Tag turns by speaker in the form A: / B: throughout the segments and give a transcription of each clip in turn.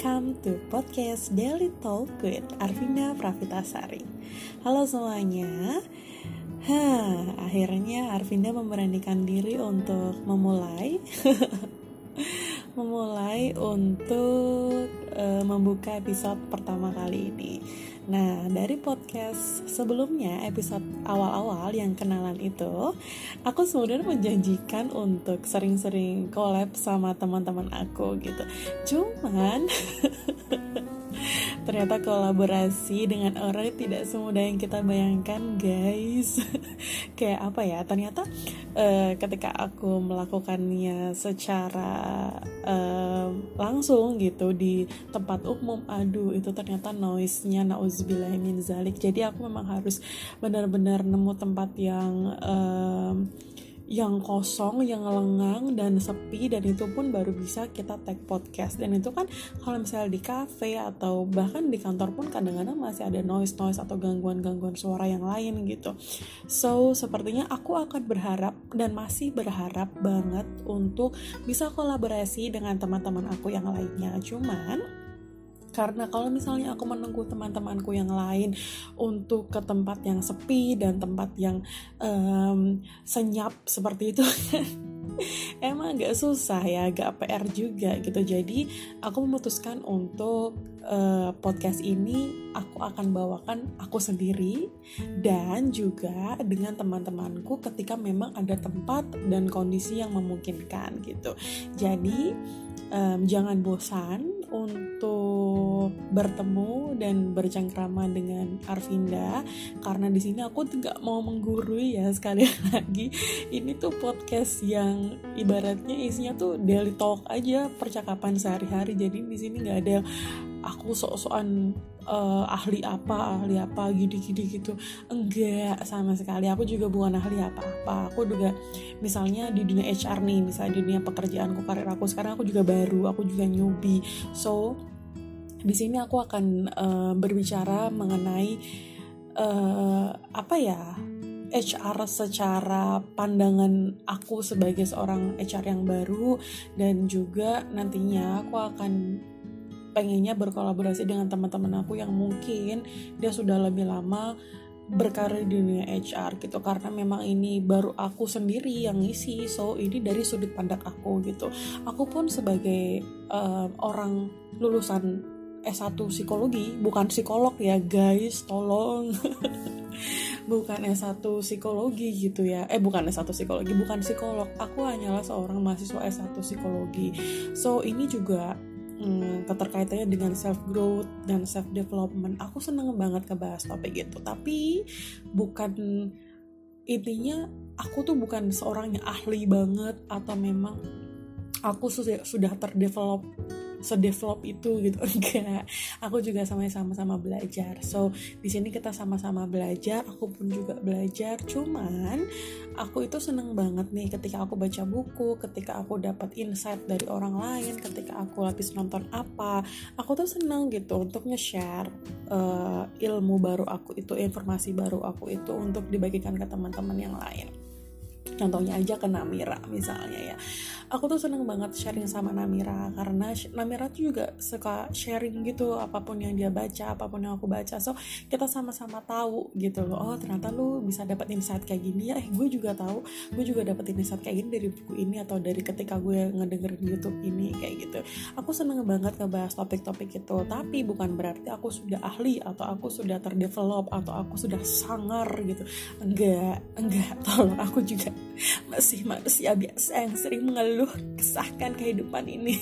A: welcome to podcast Daily Talk with Arvinda Pravitasari. Halo semuanya. Akhirnya Arvinda memberanikan diri untuk memulai untuk membuka episode pertama kali ini. Nah, dari podcast sebelumnya, episode awal-awal yang kenalan itu, aku sebenarnya menjanjikan untuk sering-sering collab sama teman-teman aku gitu. Cuman ternyata kolaborasi dengan orang tidak semudah yang kita bayangkan, guys. Kayak apa ya? Ternyata ketika aku melakukannya secara langsung gitu di tempat umum, aduh itu ternyata noise-nya nauzubillah min zalik. Jadi aku memang harus benar-benar nemu tempat yang kosong, yang lengang dan sepi, dan itu pun baru bisa kita tag podcast. Dan itu kan kalau misalnya di cafe atau bahkan di kantor pun kadang-kadang masih ada noise atau gangguan suara yang lain gitu. So sepertinya aku akan berharap dan masih berharap banget untuk bisa kolaborasi dengan teman-teman aku yang lainnya. Cuman karena kalau misalnya aku menunggu teman-temanku yang lain untuk ke tempat yang sepi dan tempat yang senyap seperti itu kan emang agak susah ya, agak PR juga gitu. Jadi aku memutuskan untuk podcast ini aku akan bawakan aku sendiri dan juga dengan teman-temanku ketika memang ada tempat dan kondisi yang memungkinkan gitu. Jadi jangan bosan untuk bertemu dan bercengkrama dengan Arvinda, karena di sini aku tidak mau menggurui ya. Sekali lagi ini tuh podcast yang ibaratnya isinya tuh daily talk aja, percakapan sehari-hari. Jadi di sini nggak ada aku sok-sokan ahli apa gini gitu, enggak sama sekali. Aku juga bukan ahli apa-apa. Aku juga misalnya di dunia HR nih, misalnya di dunia pekerjaanku, karir aku sekarang, aku juga baru, aku juga newbie. So di sini aku akan berbicara mengenai HR secara pandangan aku sebagai seorang HR yang baru, dan juga nantinya aku akan pengennya berkolaborasi dengan teman-teman aku yang mungkin dia sudah lebih lama berkarir di dunia HR gitu, karena memang ini baru aku sendiri yang ngisi. So ini dari sudut pandang aku gitu. Aku pun sebagai orang lulusan S1 psikologi, bukan psikolog ya guys, tolong. Bukan S1 psikologi gitu ya. Bukan S1 psikologi, bukan psikolog. Aku hanyalah seorang mahasiswa S1 psikologi. So ini juga keterkaitannya dengan self growth dan self development. Aku seneng banget ngebahas topik itu. Tapi bukan, intinya aku tuh bukan seorang yang ahli banget atau memang aku sudah terdevelop sedevelop itu gitu, enggak. Aku juga sama-sama belajar. So di sini kita sama-sama belajar, aku pun juga belajar. Cuman aku itu seneng banget nih ketika aku baca buku, ketika aku dapat insight dari orang lain, ketika aku habis nonton apa, aku tuh seneng gitu untuk nge-share ilmu baru aku itu, informasi baru aku itu untuk dibagikan ke teman-teman yang lain. Contohnya aja ke Namira misalnya ya. Aku tuh seneng banget sharing sama Namira, karena Namira tuh juga suka sharing gitu apapun yang dia baca, apapun yang aku baca. So kita sama-sama tahu gitu loh, oh ternyata lu bisa dapat insight kayak gini ya, gue juga tahu, gue juga dapat insight kayak gini dari buku ini atau dari ketika gue ngedengerin YouTube ini kayak gitu. Aku seneng banget ngebahas topik-topik itu, tapi bukan berarti aku sudah ahli atau aku sudah terdevelop atau aku sudah sangar gitu. Enggak, tolong, aku juga masih manusia biasa yang sering mengeluh kesahkan kehidupan ini.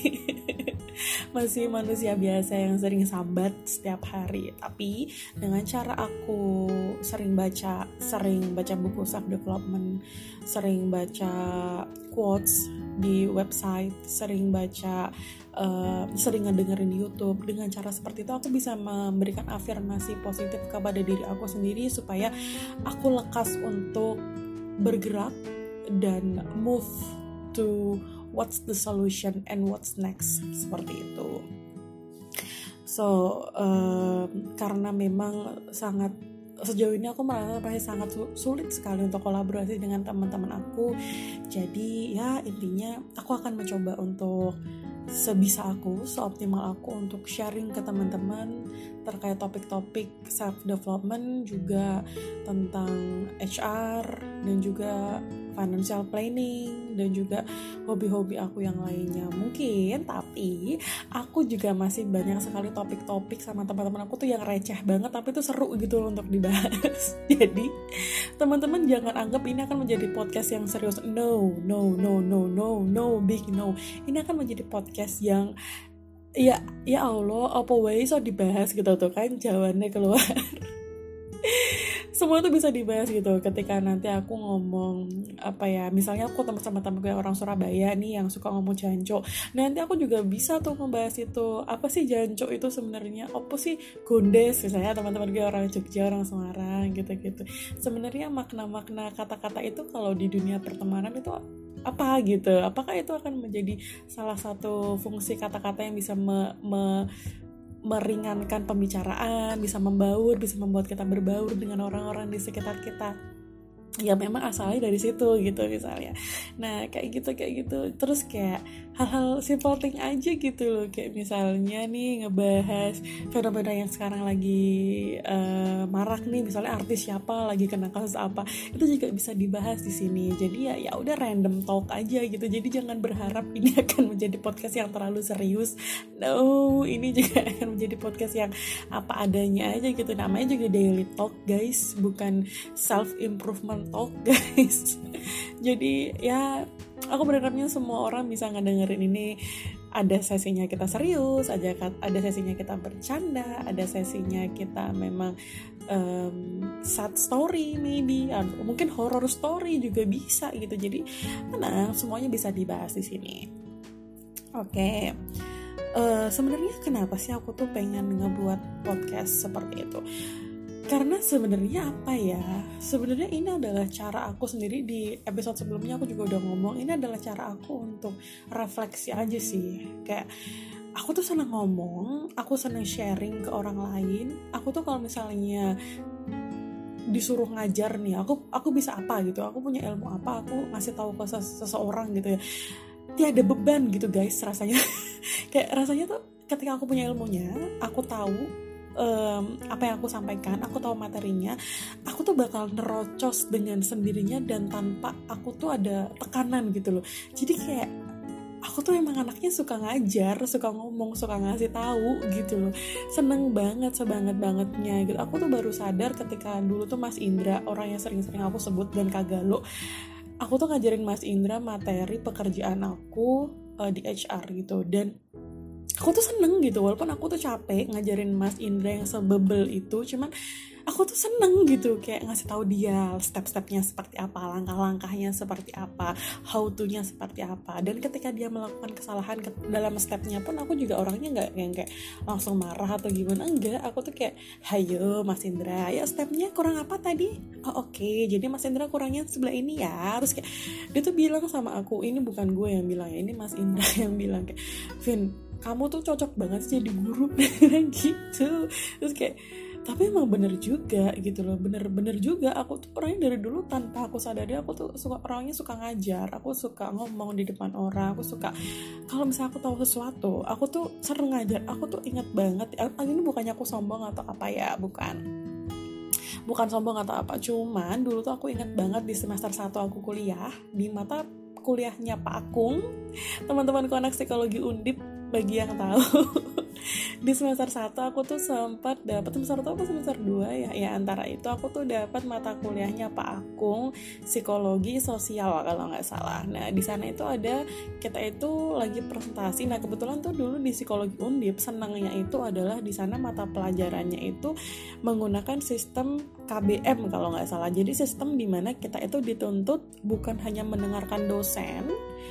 A: Masih manusia biasa yang sering sambat setiap hari. Tapi dengan cara aku sering baca buku self development, sering baca quotes di website, sering ngedengerin YouTube, dengan cara seperti itu aku bisa memberikan afirmasi positif kepada diri aku sendiri supaya aku lekas untuk bergerak dan move to what's the solution and what's next, seperti itu. So karena memang sangat sejauh ini aku merasa sangat sulit sekali untuk kolaborasi dengan teman-teman aku. Jadi ya intinya aku akan mencoba untuk sebisa aku, seoptimal aku untuk sharing ke teman-teman terkait topik-topik self development, juga tentang HR dan juga financial planning dan juga hobi-hobi aku yang lainnya mungkin. Tapi aku juga masih banyak sekali topik-topik sama teman-teman aku tuh yang receh banget tapi itu seru gitu loh untuk dibahas. Jadi teman-teman jangan anggap ini akan menjadi podcast yang serius. No, big no. Ini akan menjadi podcast yang ya Allah, apa wae iso dibahas gitu tuh kan jawabannya keluar. Semua tuh bisa dibahas gitu ketika nanti aku ngomong misalnya aku ketemu sama temen gue orang Surabaya nih yang suka ngomong janco, nanti aku juga bisa tuh membahas itu, apa sih janco itu sebenarnya, apa sih gondes, misalnya teman-teman gue orang Jogja, orang Semarang gitu-gitu. Sebenarnya makna-makna kata-kata itu kalau di dunia pertemanan itu apa gitu, apakah itu akan menjadi salah satu fungsi kata-kata yang bisa meringankan pembicaraan, bisa membuat kita berbaur dengan orang-orang di sekitar kita. Ya memang asalnya dari situ gitu misalnya. Nah kayak gitu terus kayak hal-hal simple thing aja gitu loh, kayak misalnya nih ngebahas fenomena yang sekarang lagi marak nih, misalnya artis siapa lagi kena kasus apa, itu juga bisa dibahas di sini. Jadi ya udah random talk aja gitu. Jadi jangan berharap ini akan menjadi podcast yang terlalu serius. No, ini juga akan menjadi podcast yang apa adanya aja gitu. Namanya juga daily talk guys, bukan self improvement talk guys. Jadi ya aku berharapnya semua orang bisa ngedengerin ini. Ada sesinya kita serius, ada sesinya kita bercanda, ada sesinya kita memang sad story maybe, mungkin horror story juga bisa gitu. Jadi tenang, semuanya bisa dibahas di sini. Oke. Sebenarnya kenapa sih aku tuh pengen ngebuat podcast seperti itu? Karena sebenarnya sebenarnya ini adalah cara aku sendiri. Di episode sebelumnya aku juga udah ngomong, ini adalah cara aku untuk refleksi aja sih. Kayak aku tuh senang ngomong, aku senang sharing ke orang lain. Aku tuh kalau misalnya disuruh ngajar nih, aku bisa apa gitu, aku punya ilmu apa, aku ngasih tahu ke seseorang gitu ya, tiada beban gitu guys rasanya. Kayak rasanya tuh ketika aku punya ilmunya, aku tahu apa yang aku sampaikan, aku tahu materinya, aku tuh bakal nerocos dengan sendirinya dan tanpa aku tuh ada tekanan gitu loh. Jadi kayak aku tuh emang anaknya suka ngajar, suka ngomong, suka ngasih tahu gitu loh. Seneng banget, sebanget-bangetnya gitu. Aku tuh baru sadar ketika dulu tuh Mas Indra, orang yang sering-sering aku sebut dan Kagalo, aku tuh ngajarin Mas Indra materi pekerjaan aku di HR gitu. Dan aku tuh seneng gitu, walaupun aku tuh capek ngajarin Mas Indra yang sebebel itu, cuman aku tuh seneng gitu, kayak ngasih tahu dia step-stepnya seperti apa, langkah-langkahnya seperti apa, how to-nya seperti apa. Dan ketika dia melakukan kesalahan dalam stepnya pun, aku juga orangnya nggak yang kayak langsung marah atau gimana, enggak. Aku tuh kayak, hayo Mas Indra, ya stepnya kurang apa tadi? Oh oke, jadi Mas Indra kurangnya sebelah ini ya. Terus kayak dia tuh bilang sama aku, ini bukan gue yang bilang ya, ini Mas Indra yang bilang kayak, Vin, kamu tuh cocok banget sih jadi guru gitu. Terus kayak, tapi emang bener juga gitu loh, bener juga. Aku tuh orangnya dari dulu tanpa aku sadari, aku tuh orangnya suka ngajar, aku suka ngomong di depan orang, aku suka kalau misalnya aku tahu sesuatu, aku tuh sering ngajar. Aku tuh ingat banget, ini bukannya aku sombong atau apa ya, bukan sombong atau apa, cuman dulu tuh aku ingat banget di semester 1 aku kuliah, di mata kuliahnya Pak Akung, teman-temanku anak psikologi Undip bagi yang tahu. Di semester 1 aku tuh sempat dapat, semester 1 atau semester 2 ya antara itu, aku tuh dapat mata kuliahnya Pak Akung, psikologi sosial kalau nggak salah. Nah di sana itu ada, kita itu lagi presentasi. Nah kebetulan tuh dulu di psikologi Undip senangnya itu adalah di sana mata pelajarannya itu menggunakan sistem KBM kalau nggak salah. Jadi sistem dimana kita itu dituntut bukan hanya mendengarkan dosen,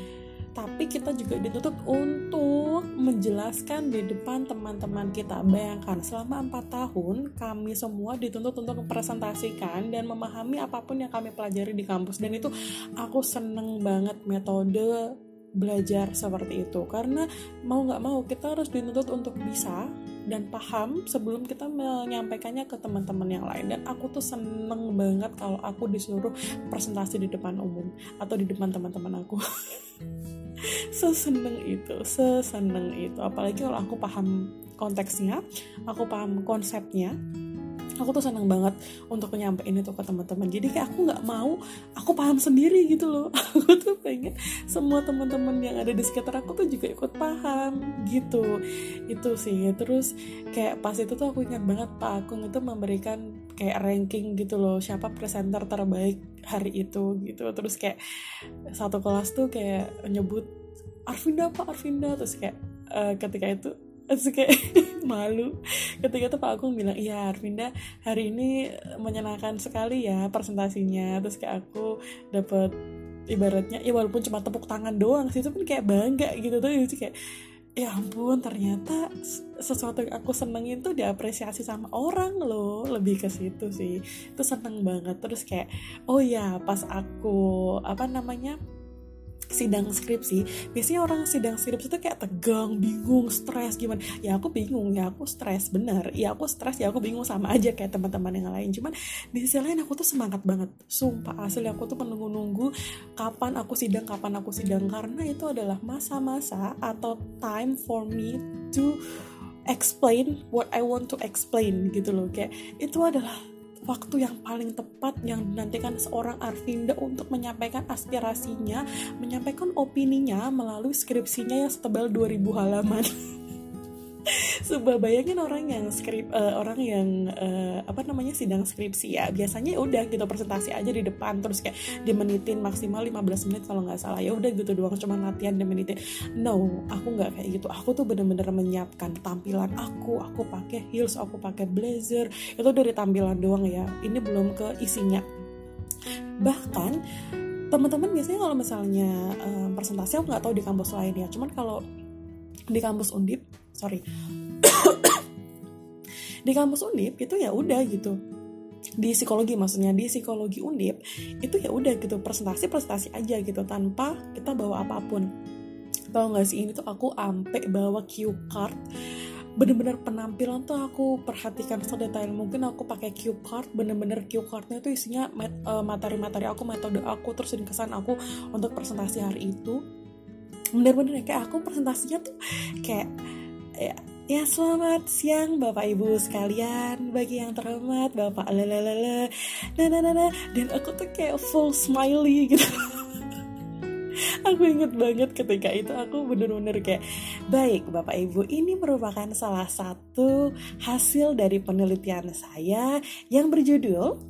A: tapi kita juga dituntut untuk menjelaskan di depan teman-teman kita. Bayangkan, selama 4 tahun kami semua dituntut untuk mempresentasikan dan memahami apapun yang kami pelajari di kampus. Dan itu aku seneng banget metode belajar seperti itu, karena mau gak mau kita harus dituntut untuk bisa dan paham sebelum kita menyampaikannya ke teman-teman yang lain. Dan aku tuh seneng banget kalau aku disuruh presentasi di depan umum atau di depan teman-teman aku. seseneng itu. Apalagi kalau aku paham konteksnya, aku paham konsepnya, aku tuh seneng banget untuk nyampein itu ke teman-teman. Jadi kayak aku nggak mau aku paham sendiri gitu loh. Aku tuh pengen semua teman-teman yang ada di sekitar aku tuh juga ikut paham gitu. Itu sih. Terus kayak pas itu tuh aku ingat banget Pak Agung itu memberikan kayak ranking gitu loh, siapa presenter terbaik hari itu gitu. Terus kayak satu kelas tuh kayak nyebut Arvinda, terus kayak ketika itu terus kayak malu ketika itu Pak Agung bilang, iya Arvinda hari ini menyenangkan sekali ya presentasinya. Terus kayak aku dapet ibaratnya ya walaupun cuma tepuk tangan doang sih, itu pun kayak bangga gitu tuh. Itu kayak ya ampun, ternyata sesuatu yang aku senengin tuh diapresiasi sama orang loh, lebih ke situ sih. Itu seneng banget. Terus kayak oh ya pas aku sidang skripsi, biasanya orang sidang skripsi itu kayak tegang, bingung, stres gimana. Ya aku bingung, ya aku stres, benar. Ya aku stres, ya aku bingung, sama aja kayak teman-teman yang lain. Cuman di sisi lain aku tuh semangat banget. Sumpah asli aku tuh menunggu-nunggu kapan aku sidang, karena itu adalah masa-masa atau time for me to explain what I want to explain gitu loh. Kayak itu adalah waktu yang paling tepat yang dinantikan seorang Arvinda untuk menyampaikan aspirasinya, menyampaikan opininya melalui skripsinya yang setebal 2000 halaman. Coba bayangin orang yang sidang skripsi ya, biasanya ya udah gitu presentasi aja di depan, terus kayak dimenitin maksimal 15 menit kalau nggak salah, ya udah gitu doang, cuma latihan dimenitin. No, aku nggak kayak gitu. Aku tuh bener-bener menyiapkan tampilan aku pakai heels, aku pakai blazer, itu dari tampilan doang ya, ini belum ke isinya. Bahkan teman-teman biasanya kalau misalnya presentasi, aku nggak tahu di kampus lain ya, cuman kalau di kampus Undip, di kampus Undip itu ya udah gitu, di psikologi Undip itu ya udah gitu, presentasi aja gitu tanpa kita bawa apapun. Tau nggak sih, ini tuh aku ampe bawa cue card, bener-bener penampilan tuh aku perhatikan sedetail mungkin. Aku pakai cue card, bener-bener cue cardnya tuh isinya materi-materi aku, metode aku, terus kesan aku untuk presentasi hari itu. Bener-bener kayak aku presentasinya tuh kayak ya selamat siang Bapak Ibu sekalian, bagi yang terhormat Bapak lalalala, dan aku tuh kayak full smiley gitu. Aku inget banget ketika itu aku bener-bener kayak, baik Bapak Ibu, ini merupakan salah satu hasil dari penelitian saya yang berjudul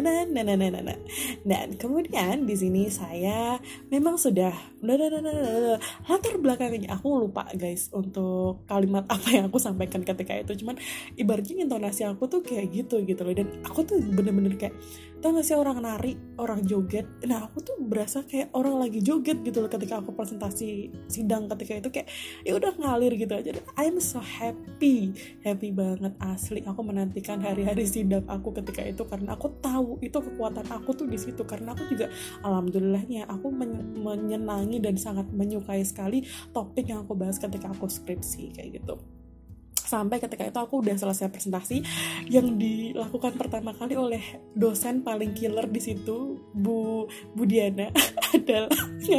A: dan kemudian di sini saya memang sudah latar belakangnya aku lupa guys untuk kalimat apa yang aku sampaikan ketika itu, cuman ibaratnya intonasi aku tuh kayak gitu loh. Dan aku tuh bener-bener kayak, tau gak sih orang nari, orang joget, nah aku tuh berasa kayak orang lagi joget gitu loh ketika aku presentasi sidang ketika itu, kayak ya udah ngalir gitu aja. Dan I'm so happy banget asli. Aku menantikan hari-hari sidang aku ketika itu karena aku tahu itu kekuatan aku tuh di situ. Karena aku juga alhamdulillahnya aku menyenangi dan sangat menyukai sekali topik yang aku bahas ketika aku skripsi kayak gitu. Sampai ketika itu aku udah selesai presentasi, yang dilakukan pertama kali oleh dosen paling killer di situ, Bu Diana, adalah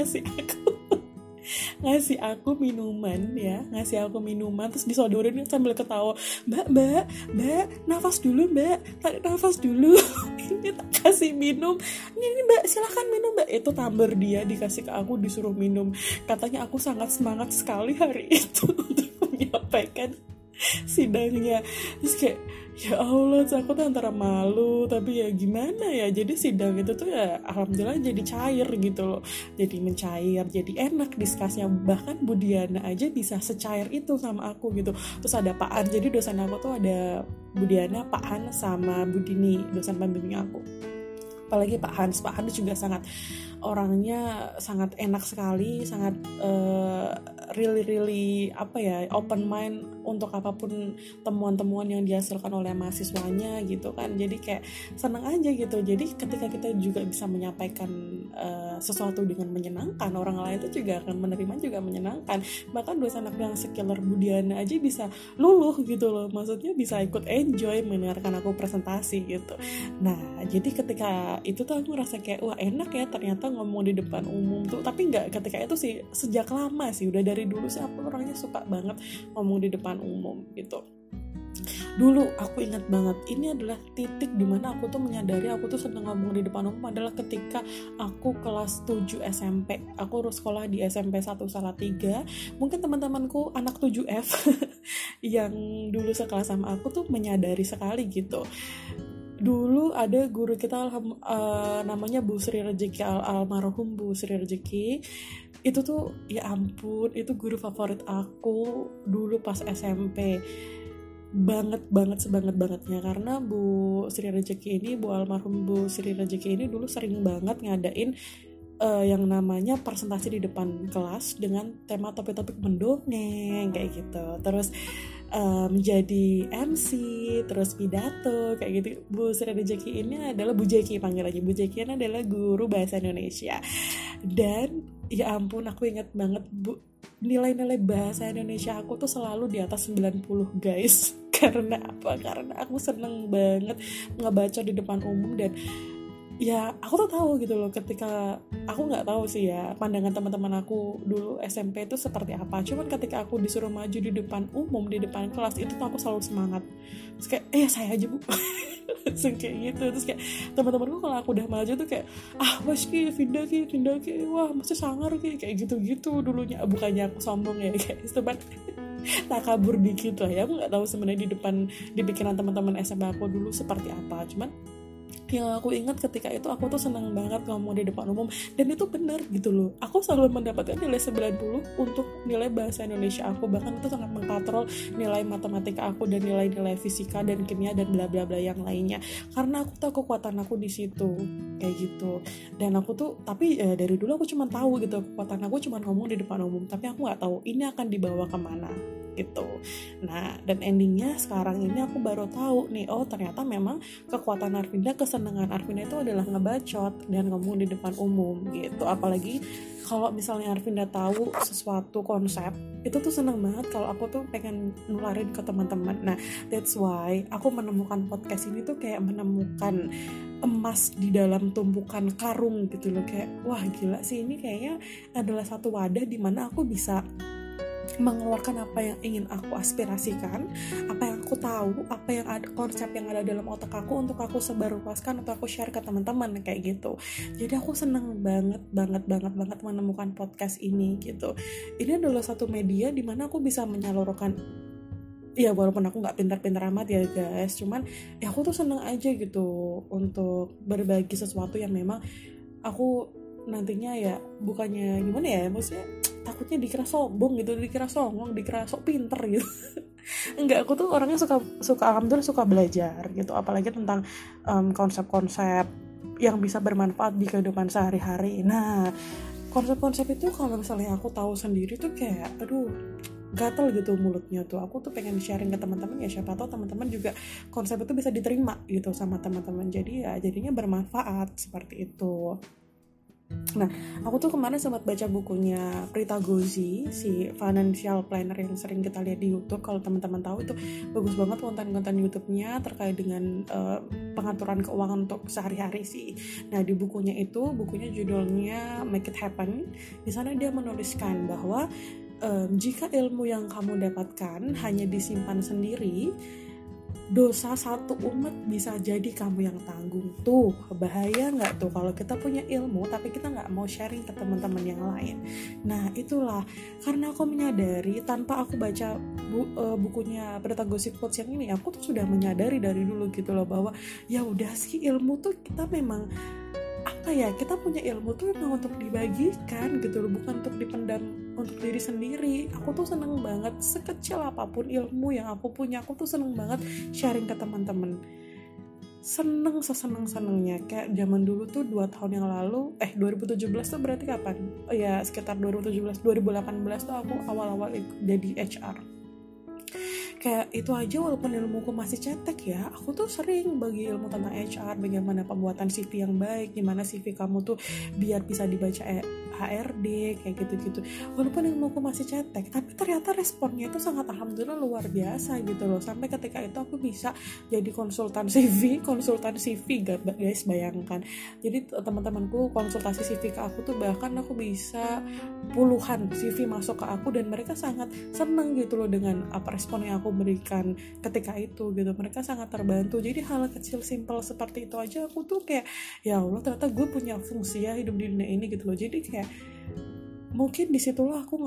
A: ngasih aku minuman ya, terus disodorin sambil ketawa, mbak nafas dulu mbak, tarik nafas dulu. Ini tak kasih minum, ini mbak silahkan minum mbak, itu tumbler dia dikasih ke aku, disuruh minum. Katanya aku sangat semangat sekali hari itu untuk menyampaikan sidangnya. Terus kayak ya Allah, aku tuh antara malu tapi ya gimana ya, jadi sidang itu tuh ya alhamdulillah jadi cair gitu loh, jadi mencair, jadi enak diskusinya. Bahkan Bu Diana aja bisa secair itu sama aku gitu. Terus ada Pak An, jadi dosen aku tuh ada Bu Diana, Pak Han, sama Bu Dini, dosen pembimbing aku. Apalagi Pak Hans juga sangat, orangnya sangat enak sekali, sangat really open mind untuk apapun temuan-temuan yang dihasilkan oleh mahasiswanya gitu kan. Jadi kayak seneng aja gitu. Jadi ketika kita juga bisa menyampaikan sesuatu dengan menyenangkan, orang lain itu juga akan menerima juga menyenangkan. Bahkan dosen aku yang sekiller Bu Diana aja bisa luluh gitu loh, maksudnya bisa ikut enjoy mendengarkan aku presentasi gitu. Nah jadi ketika itu tuh aku ngerasa kayak wah enak ya, ternyata suka ngomong di depan umum tuh, tapi nggak ketika itu sih, sejak lama sih, udah dari dulu sih aku orangnya suka banget ngomong di depan umum gitu. Dulu aku ingat banget, ini adalah titik dimana aku tuh menyadari aku tuh seneng ngomong di depan umum adalah ketika aku kelas 7 SMP. Aku harus sekolah di SMP 1 Salatiga. Mungkin teman-temanku anak 7F yang dulu sekelas sama aku tuh menyadari sekali gitu. Dulu ada guru kita namanya Bu Sri Rejeki, almarhum Bu Sri Rejeki. Itu tuh ya ampun, itu guru favorit aku dulu pas SMP. Sebangetnya karena Bu Sri Rejeki ini, almarhum Bu Sri Rejeki ini dulu sering banget ngadain yang namanya presentasi di depan kelas dengan tema topik-topik mendongeng kayak gitu, terus menjadi MC, terus pidato kayak gitu. Bu Sri Rejeki ini adalah Bu Jeki, panggil aja Bu Jeki, ini adalah guru bahasa Indonesia. Dan ya ampun, aku ingat banget nilai-nilai bahasa Indonesia aku tuh selalu di atas 90 guys. Karena apa? Karena aku seneng banget ngebaca di depan umum. Dan ya aku tuh tahu gitu loh, ketika aku nggak tahu sih ya pandangan teman-teman aku dulu SMP itu seperti apa, cuman ketika aku disuruh maju di depan umum, di depan kelas, itu tuh aku selalu semangat. Terus kayak saya aja Bu. Langsung kayak gitu. Terus kayak teman-temanku kalau aku udah maju tuh kayak mas ki pindah ki, wah masih sangar ki, kayak gitu-gitu dulunya. Bukannya aku sombong ya guys, cuman tak kabur dikit lah ya. Aku nggak tahu sebenarnya di pikiran teman-teman SMA aku dulu seperti apa, cuman yang aku ingat ketika itu aku tuh senang banget ngomong di depan umum. Dan itu benar gitu loh, aku selalu mendapatkan nilai 90 untuk nilai bahasa Indonesia aku, bahkan itu sangat mengkatrol nilai matematika aku dan nilai-nilai fisika dan kimia dan bla bla bla yang lainnya, karena aku tahu kekuatan aku di situ kayak gitu. Dan aku tuh tapi dari dulu aku cuma tahu gitu kekuatan aku cuma ngomong di depan umum, tapi aku nggak tahu ini akan dibawa kemana gitu. Nah, dan endingnya sekarang ini aku baru tahu nih, oh ternyata memang kekuatan Arvinda, kesenangan Arvinda itu adalah ngebacot dan ngomong di depan umum gitu. Apalagi kalau misalnya Arvinda tahu sesuatu konsep, itu tuh seneng banget kalau aku tuh pengen nularin ke teman-teman. Nah, that's why aku menemukan podcast ini tuh kayak menemukan emas di dalam tumpukan karung gitu loh. Kayak wah gila sih, ini kayaknya adalah satu wadah di mana aku bisa mengeluarkan apa yang ingin aku aspirasikan, apa yang aku tahu, apa yang ada, konsep yang ada dalam otak aku untuk aku sebarluaskan atau aku share ke teman-teman kayak gitu. Jadi aku seneng banget menemukan podcast ini gitu. Ini adalah satu media di mana aku bisa menyalurkan, ya walaupun aku nggak pintar-pintar amat ya guys, cuman ya aku tuh seneng aja gitu untuk berbagi sesuatu yang memang aku nantinya ya bukannya gimana ya, maksudnya takutnya dikira sombong gitu, dikira songong, dikira sok pinter gitu. Enggak, aku tuh orangnya suka alhamdulillah suka belajar gitu, apalagi tentang konsep-konsep yang bisa bermanfaat di kehidupan sehari-hari. Nah, konsep-konsep itu kalau misalnya aku tahu sendiri tuh kayak aduh gatel gitu mulutnya tuh. Aku tuh pengen sharing ke teman-teman, ya siapa tahu teman-teman juga konsep itu bisa diterima gitu sama teman-teman. Jadi ya jadinya bermanfaat seperti itu. Nah, aku tuh kemarin sempat baca bukunya Prita Gozi, si financial planner yang sering kita lihat di YouTube. Kalau teman-teman tahu itu bagus banget konten-konten YouTube-nya terkait dengan pengaturan keuangan untuk sehari-hari sih. Nah, di bukunya judulnya Make It Happen. Di sana dia menuliskan bahwa jika ilmu yang kamu dapatkan hanya disimpan sendiri, dosa satu umat bisa jadi kamu yang tanggung. Tuh bahaya nggak tuh kalau kita punya ilmu tapi kita nggak mau sharing ke teman-teman yang lain. Nah itulah karena aku menyadari tanpa aku baca bukunya Prita Gozi Quotes yang ini, aku tuh sudah menyadari dari dulu gitu loh bahwa ya udah sih, ilmu tuh kita memang apa ya, kita punya ilmu tuh memang untuk dibagikan gitu loh, bukan untuk dipendam untuk diri sendiri. Aku tuh seneng banget sekecil apapun ilmu yang aku punya, aku tuh seneng banget sharing ke teman-teman. Seseneng-senengnya kayak zaman dulu tuh 2 tahun yang lalu 2017 tuh berarti kapan? Oh ya sekitar 2018 tuh aku awal-awal jadi HR. Kayak itu aja walaupun ilmuku masih cetek ya, aku tuh sering bagi ilmu tentang HR, bagaimana pembuatan CV yang baik, gimana CV kamu tuh biar bisa dibaca HRD kayak gitu-gitu. Walaupun ilmuku masih cetek, tapi ternyata responnya itu sangat alhamdulillah luar biasa gitu loh. Sampai ketika itu aku bisa jadi konsultan CV guys, bayangkan. Jadi teman-temanku konsultasi CV ke aku tuh, bahkan aku bisa puluhan CV masuk ke aku dan mereka sangat senang gitu loh dengan apa respon yang aku berikan ketika itu gitu. Mereka sangat terbantu. Jadi hal kecil simple seperti itu aja aku tuh kayak, ya Allah ternyata gue punya fungsi ya hidup di dunia ini gitu loh. Jadi kayak mungkin disitulah aku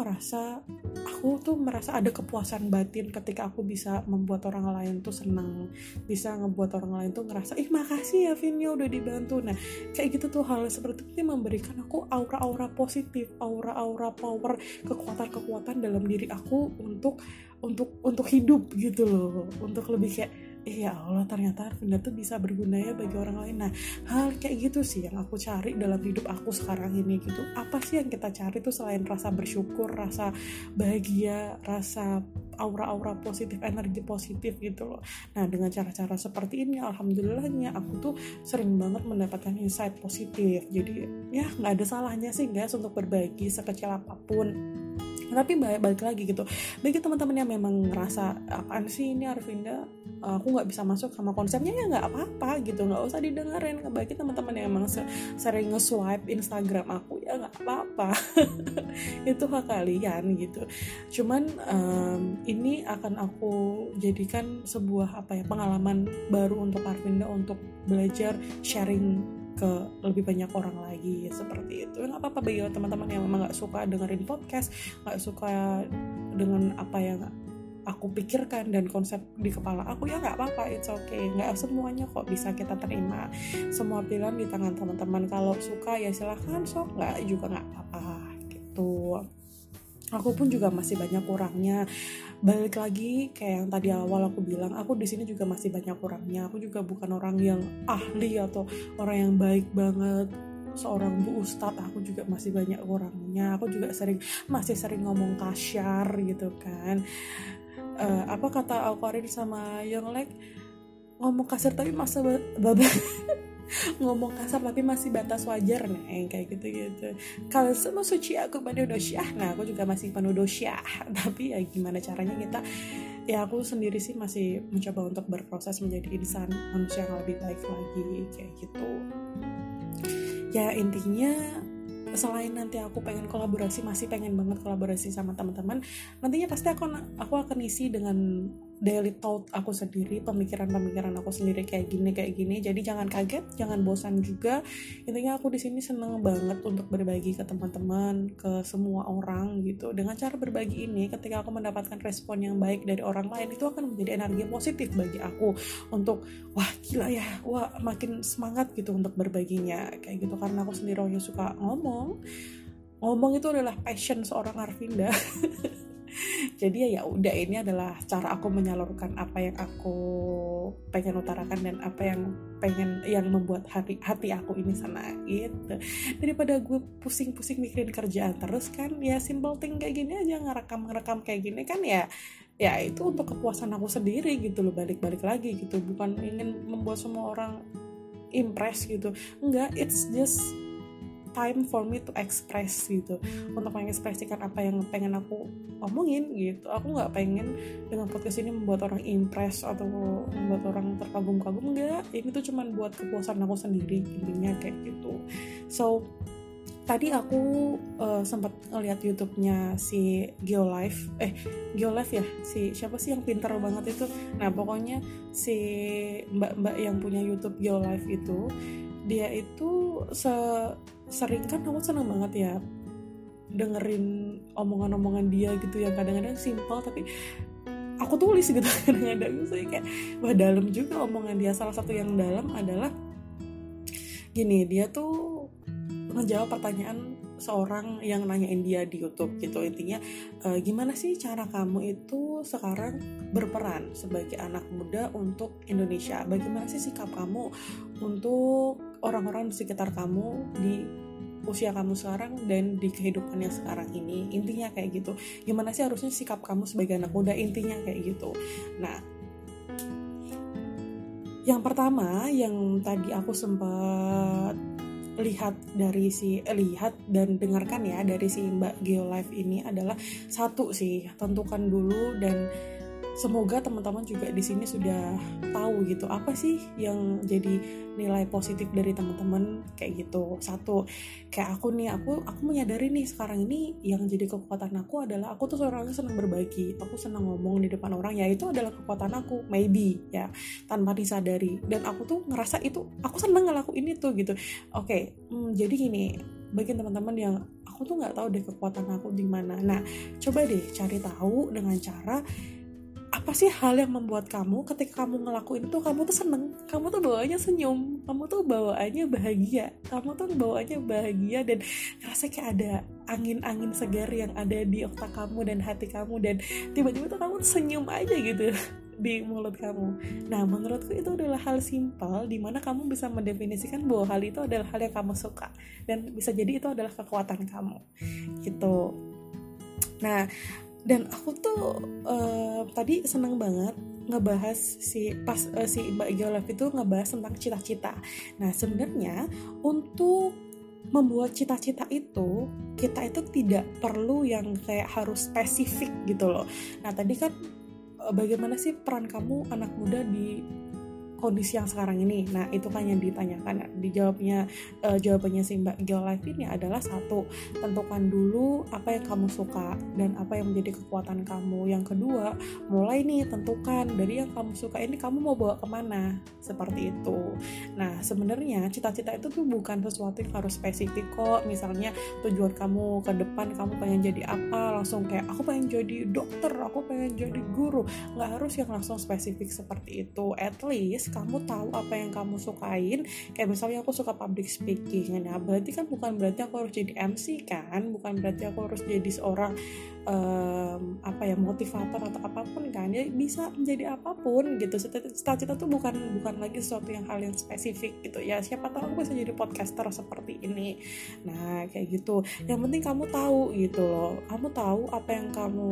A: tuh merasa ada kepuasan batin ketika aku bisa membuat orang lain tuh senang, bisa ngebuat orang lain tuh ngerasa makasih ya Vin ya udah dibantu. Nah kayak gitu tuh, hal seperti itu memberikan aku aura-aura positif, aura-aura power, kekuatan-kekuatan dalam diri aku untuk hidup gitu loh, untuk lebih kayak ya Allah ternyata Arvinda tuh bisa berguna ya bagi orang lain. Nah hal kayak gitu sih yang aku cari dalam hidup aku sekarang ini gitu. Apa sih yang kita cari tuh selain rasa bersyukur, rasa bahagia, rasa aura-aura positif, energi positif gitu loh. Nah dengan cara-cara seperti ini alhamdulillahnya aku tuh sering banget mendapatkan insight positif. Jadi ya gak ada salahnya sih guys untuk berbagi sekecil apapun. Tapi balik lagi gitu, bagi teman-teman yang memang ngerasa apaan sih ini Arvinda, aku nggak bisa masuk sama konsepnya, ya nggak apa-apa gitu, nggak usah didengerin. Bagi teman-teman yang emang sering nge-swipe Instagram aku, ya nggak apa-apa. Itu hak kalian gitu. Cuman ini akan aku jadikan sebuah pengalaman baru untuk Arvinda untuk belajar sharing ke lebih banyak orang lagi seperti itu. Nggak apa-apa bagi teman-teman yang memang nggak suka dengerin podcast, nggak suka dengan apa yang aku pikirkan dan konsep di kepala aku, ya nggak apa-apa, it's okay. Nggak semuanya kok bisa kita terima, semua pilihan di tangan teman-teman. Kalau suka ya silahkan, sok nggak juga nggak apa-apa gitu. Aku pun juga masih banyak kurangnya. Balik lagi kayak yang tadi awal aku bilang, aku di sini juga masih banyak kurangnya. Aku juga bukan orang yang ahli atau orang yang baik banget, seorang bu ustadz. Aku juga masih banyak kurangnya. Aku juga masih sering ngomong kasyar gitu kan. Apa kata Alkarin sama Yonglek, ngomong kasar tapi masa ngomong kasar tapi masih batas wajar, nah yang kayak gitu. Kalau semua suci aku penuh dosyah, nah aku juga masih penuh dosyah. Tapi ya gimana caranya kita, ya aku sendiri sih masih mencoba untuk berproses menjadi insan manusia yang lebih baik lagi kayak gitu. Ya intinya selain nanti aku pengen kolaborasi, masih pengen banget kolaborasi sama teman-teman, nantinya pasti aku akan isi dengan daily thought aku sendiri, pemikiran aku sendiri kayak gini. Jadi jangan kaget, jangan bosan juga. Intinya aku di sini seneng banget untuk berbagi ke teman-teman, ke semua orang gitu. Dengan cara berbagi ini, ketika aku mendapatkan respon yang baik dari orang lain, itu akan menjadi energi positif bagi aku untuk wah gila ya, wah makin semangat gitu untuk berbaginya kayak gitu. Karena aku sendiri orangnya suka ngomong itu adalah passion seorang Arvinda. Jadi ya udah, ini adalah cara aku menyalurkan apa yang aku pengen utarakan dan apa yang membuat hati aku ini senang gitu. Daripada gue pusing-pusing mikirin kerjaan terus kan, ya simple thing kayak gini aja, ngerekam kayak gini kan ya itu untuk kepuasan aku sendiri gitu loh. Balik lagi gitu, bukan ingin membuat semua orang impress gitu, enggak, it's just time for me to express gitu, untuk mengekspresikan apa yang pengen aku omongin gitu. Aku nggak pengen dengan podcast ini membuat orang impress atau membuat orang terkagum-kagum, enggak. Ini tuh cuman buat kepuasan aku sendiri intinya kayak gitu. So tadi aku sempat ngeliat YouTube-nya si Geolife ya, si siapa sih yang pintar banget itu. Nah pokoknya si mbak yang punya YouTube Geolife itu, dia itu sering kan, aku seneng banget ya dengerin omongan-omongan dia gitu, yang kadang-kadang simple tapi aku tulis gitu kadang-kadang. Saya kayak wah dalam juga omongan dia. Salah satu yang dalam adalah gini, dia tuh ngejawab pertanyaan seorang yang nanyain dia di YouTube gitu. Intinya gimana sih cara kamu itu sekarang berperan sebagai anak muda untuk Indonesia, bagaimana sih sikap kamu untuk orang-orang di sekitar kamu di usia kamu sekarang dan di kehidupannya sekarang ini. Intinya kayak gitu. Gimana sih harusnya sikap kamu sebagai anak muda, intinya kayak gitu. Nah, yang pertama yang tadi aku sempat lihat dan dengarkan ya dari si Mbak Geolife ini adalah satu sih, tentukan dulu, dan semoga teman-teman juga di sini sudah tahu gitu apa sih yang jadi nilai positif dari teman-teman kayak gitu. Satu, kayak aku menyadari nih sekarang ini yang jadi kekuatan aku adalah aku tuh orangnya senang berbagi, aku senang ngomong di depan orang, ya itu adalah kekuatan aku, maybe ya tanpa disadari, dan aku tuh ngerasa itu aku senang ngelakuin itu gitu. Oke, jadi gini, bagi teman-teman yang aku tuh nggak tahu deh kekuatan aku di mana. Nah, coba deh cari tahu dengan cara apa sih hal yang membuat kamu ketika kamu ngelakuin itu kamu tuh seneng, kamu tuh bawaannya senyum, kamu tuh bawaannya bahagia dan ngerasa kayak ada angin-angin segar yang ada di otak kamu dan hati kamu, dan tiba-tiba tuh kamu senyum aja gitu di mulut kamu. Nah, menurutku itu adalah hal simpel dimana kamu bisa mendefinisikan bahwa hal itu adalah hal yang kamu suka dan bisa jadi itu adalah kekuatan kamu gitu. Nah, dan aku tuh tadi senang banget ngebahas si Mbak Geolife itu ngebahas tentang cita-cita. Nah, sebenarnya untuk membuat cita-cita itu kita itu tidak perlu yang kayak harus spesifik gitu loh. Nah, tadi kan bagaimana sih peran kamu anak muda di kondisi yang sekarang ini. Nah, itu kan yang ditanyakan. Jawabannya si Mbak Geolife ini adalah satu, tentukan dulu apa yang kamu suka dan apa yang menjadi kekuatan kamu. Yang kedua, mulai nih tentukan dari yang kamu suka ini kamu mau bawa kemana, seperti itu. Nah, sebenarnya cita-cita itu tuh bukan sesuatu yang harus spesifik kok. Misalnya tujuan kamu ke depan, kamu pengen jadi apa, langsung kayak aku pengen jadi dokter, aku pengen jadi guru. Nggak harus yang langsung spesifik seperti itu. At least kamu tahu apa yang kamu sukain. Kayak misalnya aku suka public speaking, nah berarti kan bukan berarti aku harus jadi MC kan, bukan berarti aku harus jadi seorang motivator atau apapun kan, ya bisa menjadi apapun gitu. Cita-cita tuh bukan lagi sesuatu yang hal yang spesifik gitu ya. Siapa tahu aku bisa jadi podcaster seperti ini. Nah, kayak gitu. Yang penting kamu tahu gitu loh, kamu tahu apa yang kamu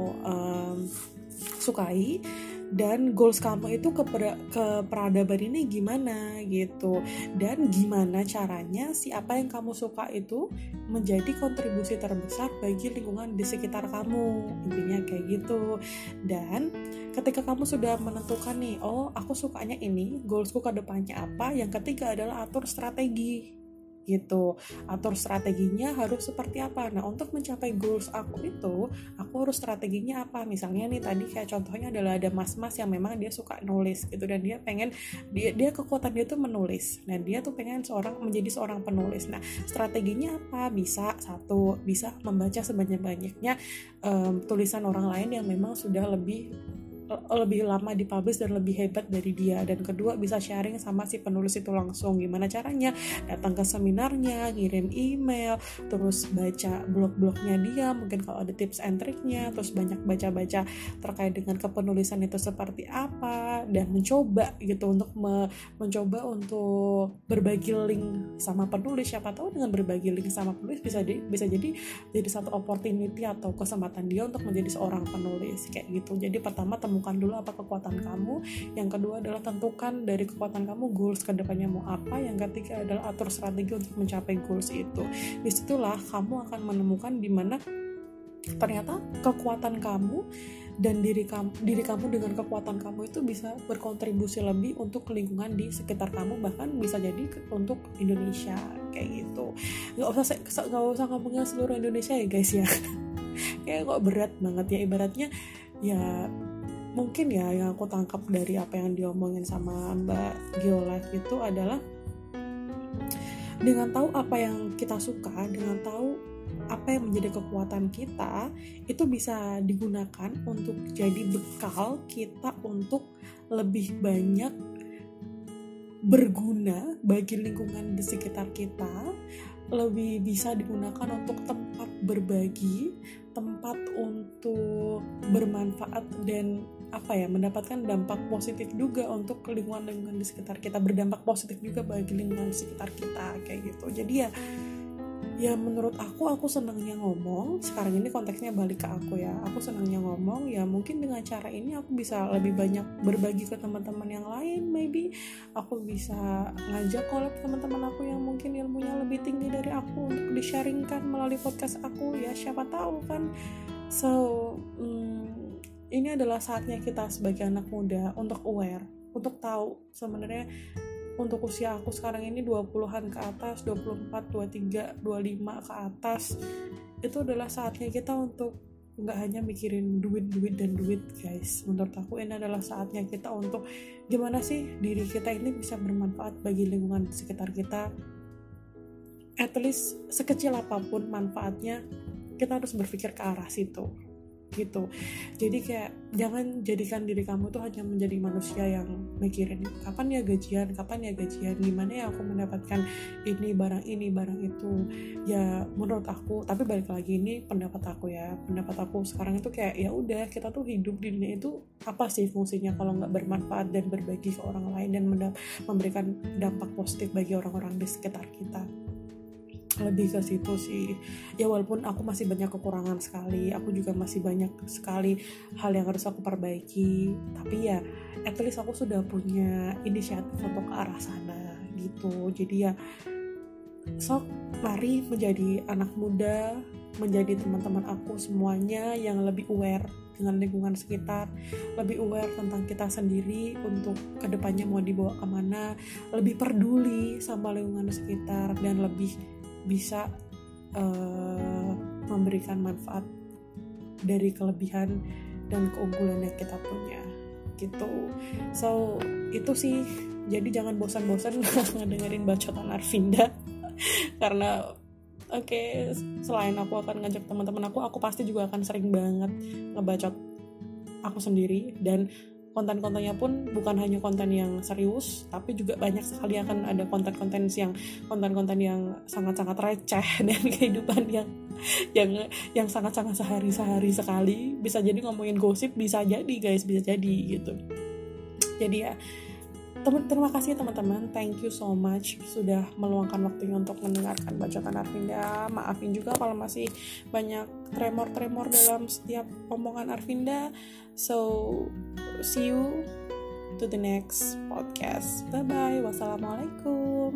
A: sukai dan goals kamu itu ke peradaban ini gimana gitu, dan gimana caranya si apa yang kamu suka itu menjadi kontribusi terbesar bagi lingkungan di sekitar kamu, intinya kayak gitu. Dan ketika kamu sudah menentukan nih, oh aku sukanya ini, goalsku ke depannya apa, yang ketiga adalah atur strategi gitu. Atur strateginya harus seperti apa. Nah, untuk mencapai goals aku itu, aku harus strateginya apa. Misalnya nih tadi kayak contohnya adalah ada mas-mas yang memang dia suka nulis gitu, dan dia pengen dia kekuatan dia tuh menulis. Nah, dia tuh pengen menjadi seorang penulis. Nah, strateginya apa? Bisa membaca sebanyak-banyaknya tulisan orang lain yang memang sudah lebih lama dipublish dan lebih hebat dari dia. Dan kedua, bisa sharing sama si penulis itu langsung. Gimana caranya? Datang ke seminarnya, ngirim email, terus baca blog-blognya dia, mungkin kalau ada tips and triknya, terus banyak baca-baca terkait dengan kepenulisan itu seperti apa, dan mencoba gitu untuk mencoba untuk berbagi link sama penulis. Siapa tahu dengan berbagi link sama penulis bisa jadi satu opportunity atau kesempatan dia untuk menjadi seorang penulis kayak gitu. Jadi pertama, temukan dulu apa kekuatan kamu. Yang kedua adalah tentukan dari kekuatan kamu goals kedepannya mau apa. Yang ketiga adalah atur strategi untuk mencapai goals itu. Disitulah kamu akan menemukan di mana ternyata kekuatan kamu dan diri kamu dengan kekuatan kamu itu bisa berkontribusi lebih untuk lingkungan di sekitar kamu, bahkan bisa jadi untuk Indonesia kayak gitu. Nggak usah ngomongin seluruh Indonesia ya guys ya. Kayak kok berat banget ya, ibaratnya ya. Mungkin ya yang aku tangkap dari apa yang diomongin sama Mbak Geolife itu adalah dengan tahu apa yang kita suka, dengan tahu apa yang menjadi kekuatan kita, itu bisa digunakan untuk jadi bekal kita untuk lebih banyak berguna bagi lingkungan di sekitar kita, lebih bisa digunakan untuk tempat berbagi, tempat untuk bermanfaat dan mendapatkan dampak positif juga untuk lingkungan di sekitar kita, berdampak positif juga bagi lingkungan di sekitar kita kayak gitu. Jadi ya menurut aku senangnya ngomong. Sekarang ini konteksnya balik ke aku ya, aku senangnya ngomong, ya mungkin dengan cara ini aku bisa lebih banyak berbagi ke teman-teman yang lain. Maybe aku bisa ngajak collab teman-teman aku yang mungkin ilmunya lebih tinggi dari aku untuk di-sharingkan melalui podcast aku, ya siapa tahu kan. So ini adalah saatnya kita sebagai anak muda untuk aware, untuk tahu sebenarnya untuk usia aku sekarang ini 20-an ke atas, 24, 23, 25 ke atas, itu adalah saatnya kita untuk nggak hanya mikirin duit guys. Menurut aku ini adalah saatnya kita untuk gimana sih diri kita ini bisa bermanfaat bagi lingkungan sekitar kita. At least sekecil apapun manfaatnya, kita harus berpikir ke arah situ gitu. Jadi kayak jangan jadikan diri kamu tuh hanya menjadi manusia yang mikirin kapan ya gajian, gimana ya aku mendapatkan ini barang itu. Ya menurut aku, tapi balik lagi ini pendapat aku sekarang itu kayak ya udah, kita tuh hidup di dunia itu apa sih fungsinya kalau nggak bermanfaat dan berbagi ke orang lain dan memberikan dampak positif bagi orang-orang di sekitar kita. Lebih ke situ sih ya, walaupun aku masih banyak kekurangan sekali, aku juga masih banyak sekali hal yang harus aku perbaiki, tapi ya at least aku sudah punya inisiatif untuk ke arah sana gitu. Jadi ya sok mari menjadi anak muda, menjadi teman-teman aku semuanya yang lebih aware dengan lingkungan sekitar, lebih aware tentang kita sendiri untuk kedepannya mau dibawa kemana, lebih peduli sama lingkungan sekitar, dan lebih bisa memberikan manfaat dari kelebihan dan keunggulan yang kita punya gitu. So itu sih, jadi jangan bosan-bosan ngedengerin bacotan Arvinda karena selain aku akan ngajak teman-teman aku pasti juga akan sering banget ngebacot aku sendiri, dan konten-kontennya pun bukan hanya konten yang serius, tapi juga banyak sekali akan ada konten-konten yang sangat-sangat receh dan kehidupan yang sangat-sangat sehari-hari sekali. Bisa jadi ngomongin gosip, bisa jadi gitu. Jadi ya terima kasih teman-teman, thank you so much sudah meluangkan waktunya untuk mendengarkan bacotan Arvinda. Maafin juga kalau masih banyak tremor dalam setiap omongan Arvinda. So see you to the next podcast. Bye bye. Wassalamualaikum.